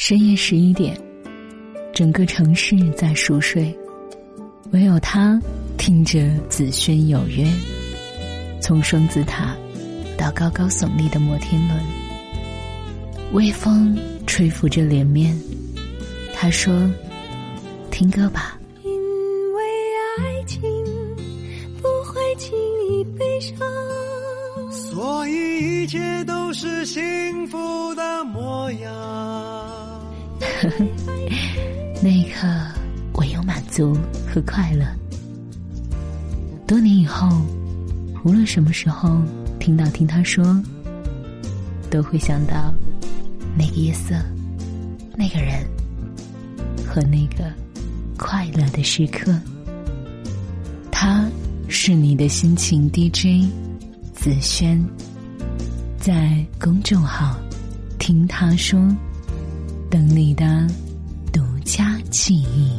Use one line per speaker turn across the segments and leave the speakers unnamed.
深夜11点，整个城市在熟睡，唯有他听着紫萱有约。从双子塔到高高耸立的摩天轮，微风吹拂着脸面，他说：听歌吧。
因为爱情不会轻易悲伤，
所以一切都是幸福的模样。
那一刻唯有满足和快乐。多年以后，无论什么时候听他说，都会想到那个夜色，那个人和那个快乐的时刻。他是你的心情 DJ 紫萱，在公众号听他说，等你的独家记忆。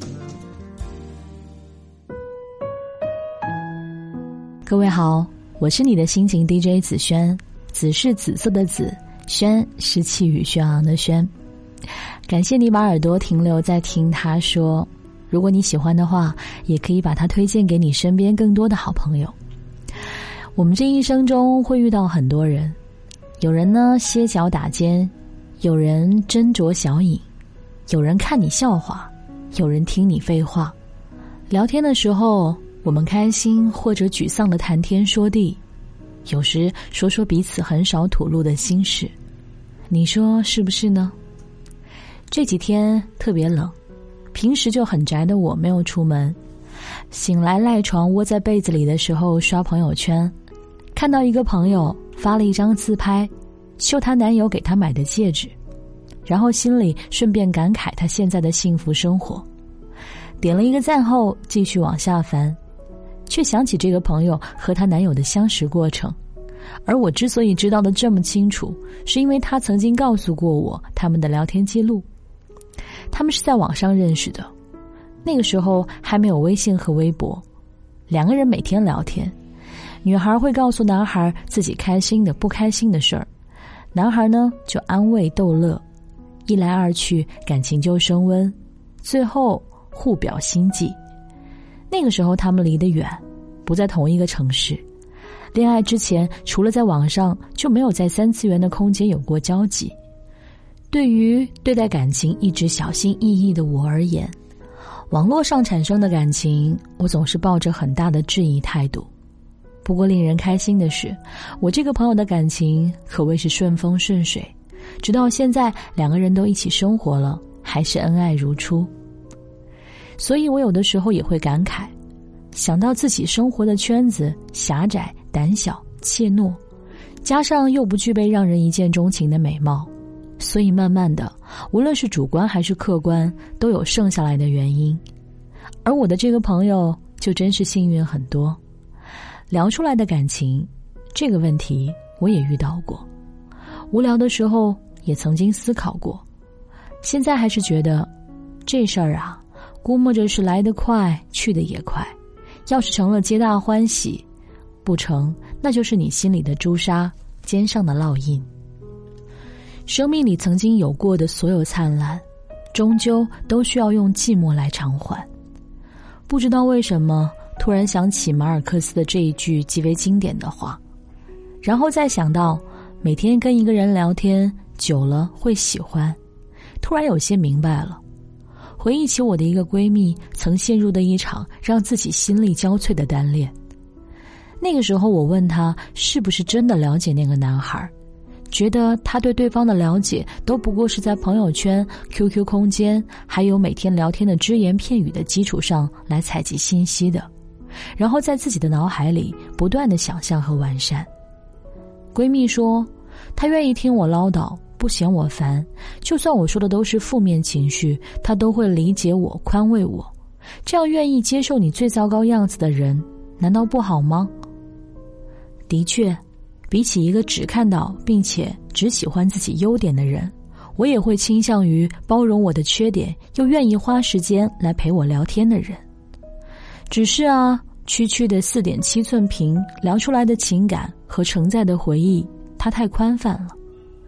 各位好，我是你的心情 DJ 紫萱，紫是紫色的紫，萱是气宇轩昂的轩。感谢你把耳朵停留在听他说，如果你喜欢的话，也可以把它推荐给你身边更多的好朋友。我们这一生中会遇到很多人，有人呢歇脚打尖，有人斟酌小饮，有人看你笑话，有人听你废话。聊天的时候，我们开心或者沮丧的谈天说地，有时说说彼此很少吐露的心事。你说是不是呢？这几天特别冷，平时就很宅的我没有出门，醒来赖床窝在被子里的时候刷朋友圈，看到一个朋友发了一张自拍，秀她男友给她买的戒指，然后心里顺便感慨她现在的幸福生活，点了一个赞后继续往下翻，却想起这个朋友和她男友的相识过程。而我之所以知道的这么清楚，是因为她曾经告诉过我他们的聊天记录。他们是在网上认识的，那个时候还没有微信和微博，两个人每天聊天，女孩会告诉男孩自己开心的不开心的事儿，男孩呢就安慰逗乐，一来二去感情就升温，最后互表心迹。那个时候他们离得远，不在同一个城市，恋爱之前除了在网上就没有在3次元的空间有过交集。对于对待感情一直小心翼翼的我而言，网络上产生的感情我总是抱着很大的质疑态度。不过令人开心的是，我这个朋友的感情可谓是顺风顺水，直到现在两个人都一起生活了，还是恩爱如初。所以我有的时候也会感慨，想到自己生活的圈子狭窄、胆小、怯懦，加上又不具备让人一见钟情的美貌，所以慢慢的，无论是主观还是客观，都有剩下来的原因。而我的这个朋友就真是幸运很多，聊出来的感情，这个问题我也遇到过，无聊的时候也曾经思考过，现在还是觉得这事儿啊，估摸着是来得快去得也快，要是成了皆大欢喜，不成那就是你心里的朱砂，肩上的烙印。生命里曾经有过的所有灿烂，终究都需要用寂寞来偿还。不知道为什么突然想起马尔克斯的这一句极为经典的话，然后再想到每天跟一个人聊天久了会喜欢，突然有些明白了。回忆起我的一个闺蜜曾陷入的一场让自己心力交瘁的单恋，那个时候我问她是不是真的了解那个男孩，觉得他对对方的了解都不过是在朋友圈、QQ 空间还有每天聊天的只言片语的基础上来采集信息的，然后在自己的脑海里不断的想象和完善。闺蜜说她愿意听我唠叨，不嫌我烦，就算我说的都是负面情绪，她都会理解我、宽慰我。这样愿意接受你最糟糕样子的人，难道不好吗？的确，比起一个只看到并且只喜欢自己优点的人，我也会倾向于包容我的缺点，又愿意花时间来陪我聊天的人。只是啊，区区的4.7寸屏聊出来的情感和承载的回忆，它太宽泛了。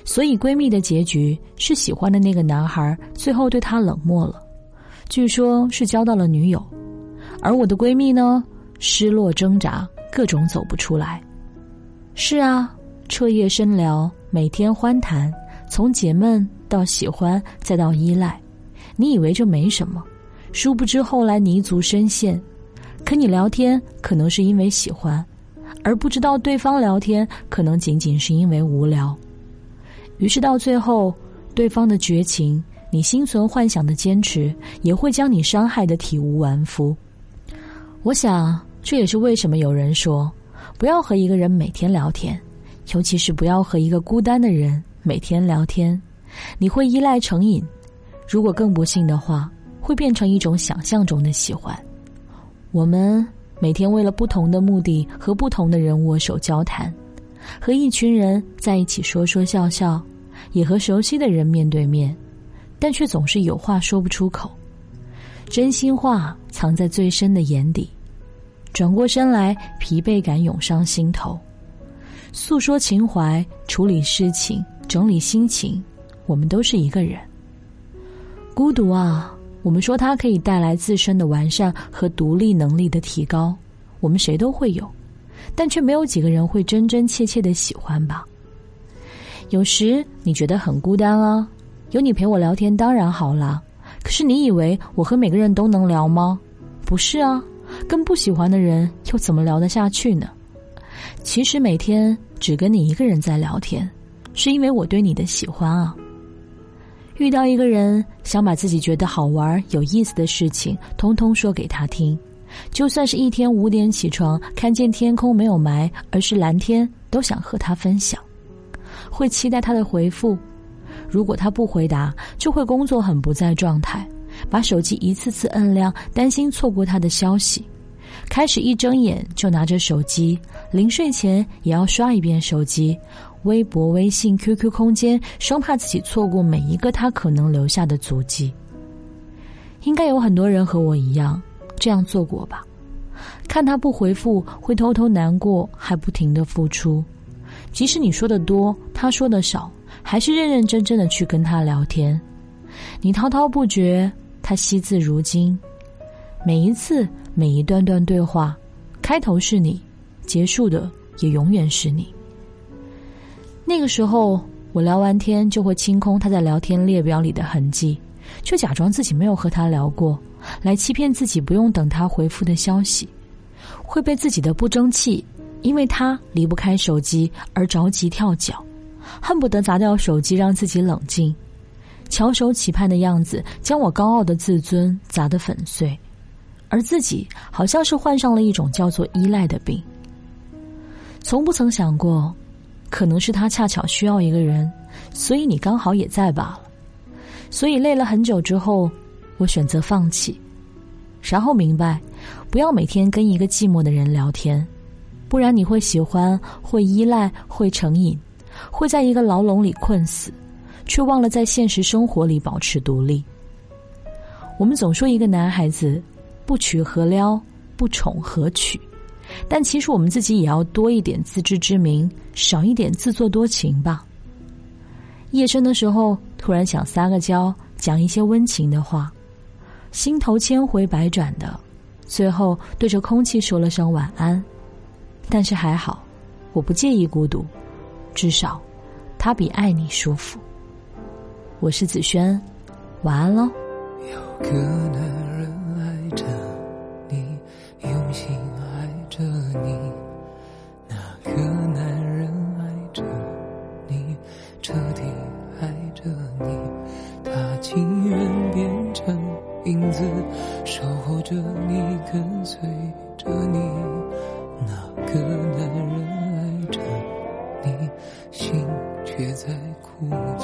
所以闺蜜的结局是喜欢的那个男孩最后对她冷漠了，据说是交到了女友，而我的闺蜜呢，失落挣扎，各种走不出来。是啊，彻夜深聊，每天欢谈，从解闷到喜欢再到依赖，你以为这没什么，殊不知后来泥足深陷。可你聊天可能是因为喜欢，而不知道对方聊天可能仅仅是因为无聊。于是到最后，对方的绝情，你心存幻想的坚持，也会将你伤害得体无完肤。我想这也是为什么有人说不要和一个人每天聊天，尤其是不要和一个孤单的人每天聊天，你会依赖成瘾，如果更不幸的话，会变成一种想象中的喜欢。我们每天为了不同的目的和不同的人握手交谈，和一群人在一起说说笑笑，也和熟悉的人面对面，但却总是有话说不出口，真心话藏在最深的眼底，转过身来疲惫感涌上心头。诉说情怀，处理事情，整理心情，我们都是一个人。孤独啊，我们说它可以带来自身的完善和独立能力的提高，我们谁都会有，但却没有几个人会真真切切的喜欢吧。有时你觉得很孤单啊，有你陪我聊天当然好啦，可是你以为我和每个人都能聊吗？不是啊，跟不喜欢的人又怎么聊得下去呢？其实每天只跟你一个人在聊天，是因为我对你的喜欢啊。遇到一个人，想把自己觉得好玩有意思的事情通通说给他听，就算是一天5点起床看见天空没有霾而是蓝天，都想和他分享，会期待他的回复。如果他不回答，就会工作很不在状态，把手机一次次摁亮，担心错过他的消息，开始一睁眼就拿着手机，临睡前也要刷一遍手机，微博、微信、QQ 空间，生怕自己错过每一个他可能留下的足迹。应该有很多人和我一样这样做过吧，看他不回复会偷偷难过，还不停地付出，即使你说的多他说的少，还是认认真真的去跟他聊天。你滔滔不绝，他惜字如金，每一次每一段段对话，开头是你，结束的也永远是你。那个时候我聊完天就会清空他在聊天列表里的痕迹，却假装自己没有和他聊过，来欺骗自己不用等他回复的消息，会被自己的不争气因为他离不开手机而着急跳脚，恨不得砸掉手机让自己冷静，翘首企盼的样子将我高傲的自尊砸得粉碎，而自己好像是患上了一种叫做依赖的病。从不曾想过，可能是他恰巧需要一个人，所以你刚好也在罢了。所以累了很久之后，我选择放弃，然后明白，不要每天跟一个寂寞的人聊天，不然你会喜欢，会依赖，会成瘾，会在一个牢笼里困死，却忘了在现实生活里保持独立。我们总说一个男孩子不娶何撩，不宠何娶，但其实我们自己也要多一点自知之明，少一点自作多情吧。夜深的时候突然想撒个娇，讲一些温情的话，心头千回百转的，最后对着空气说了声晚安。但是还好，我不介意孤独，至少它比爱你舒服。我是子轩，晚安咯。
有个男人爱着你，用心爱着你，那个男人爱着你，彻底爱着你，他情愿变成影子，守候着你，跟随着你，那个男人爱着你，心却在哭泣。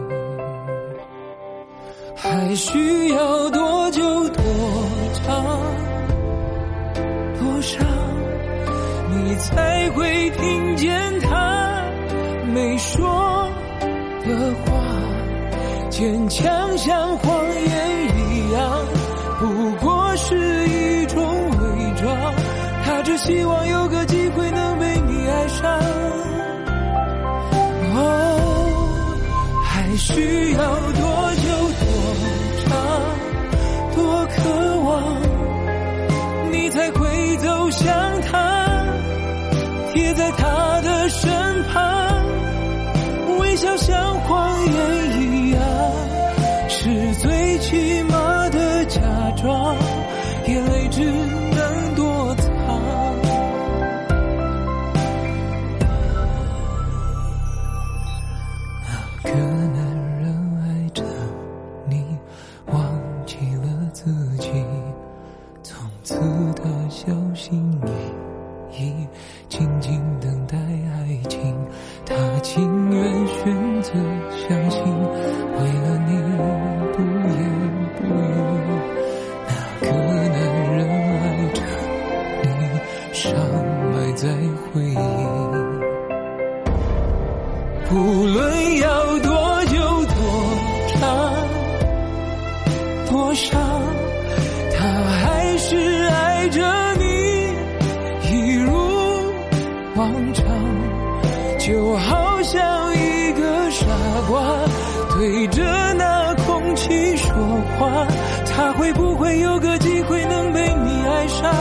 还需要多久多长多少，你才会听见他没说的话，坚强像谎言一样，不过是一种伪装，他只希望有个机会能被你爱上。哦， 需要多久多长多渴望，你才会走向他，贴在他的身旁，微笑像谎言一样，是最起码的假装，眼泪只能躲藏。那个男人爱着你，忘记了自己，从此他小心翼翼，静静等待爱情，他情愿选择相信，为了你不言不语。那个男人爱着你，伤埋在回忆，不论要多久多长多伤，他还是爱着你，一如往常，就好像一个傻瓜对着那空气说话，他会不会有个机会能被你爱上？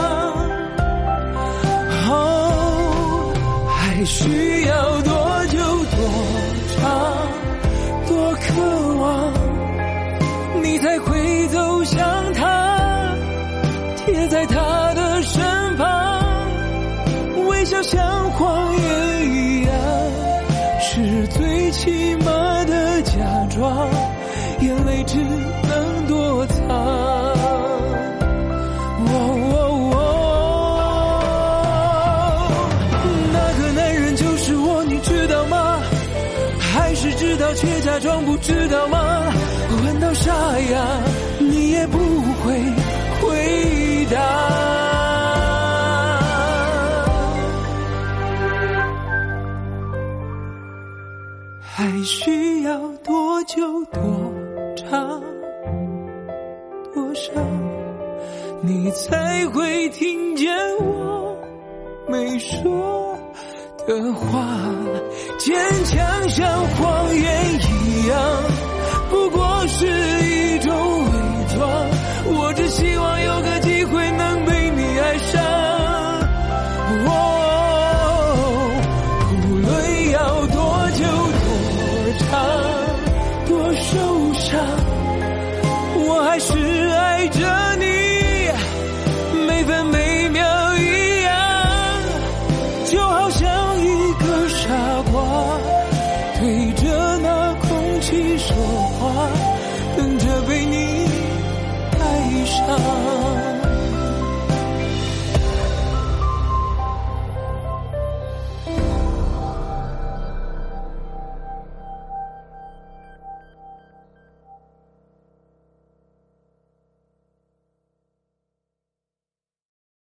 哦，还需要多久多长多渴望，你才会走向他，贴在他的身旁，微笑像谎言一样，是最起码的假装，眼泪只能躲藏。那个男人就是我，你知道吗？还是知道却假装不知道吗？问到沙哑，你也不会回答。还需要多久多长多伤，你才会听见我没说的话？坚强像谎言一样，不过是一种伪装，我只希望有个机会能被你爱上。无论要多久多长多受伤，我还是爱着你，每分每秒一样，就好像一个傻瓜对着那空气说话，等着被你爱上。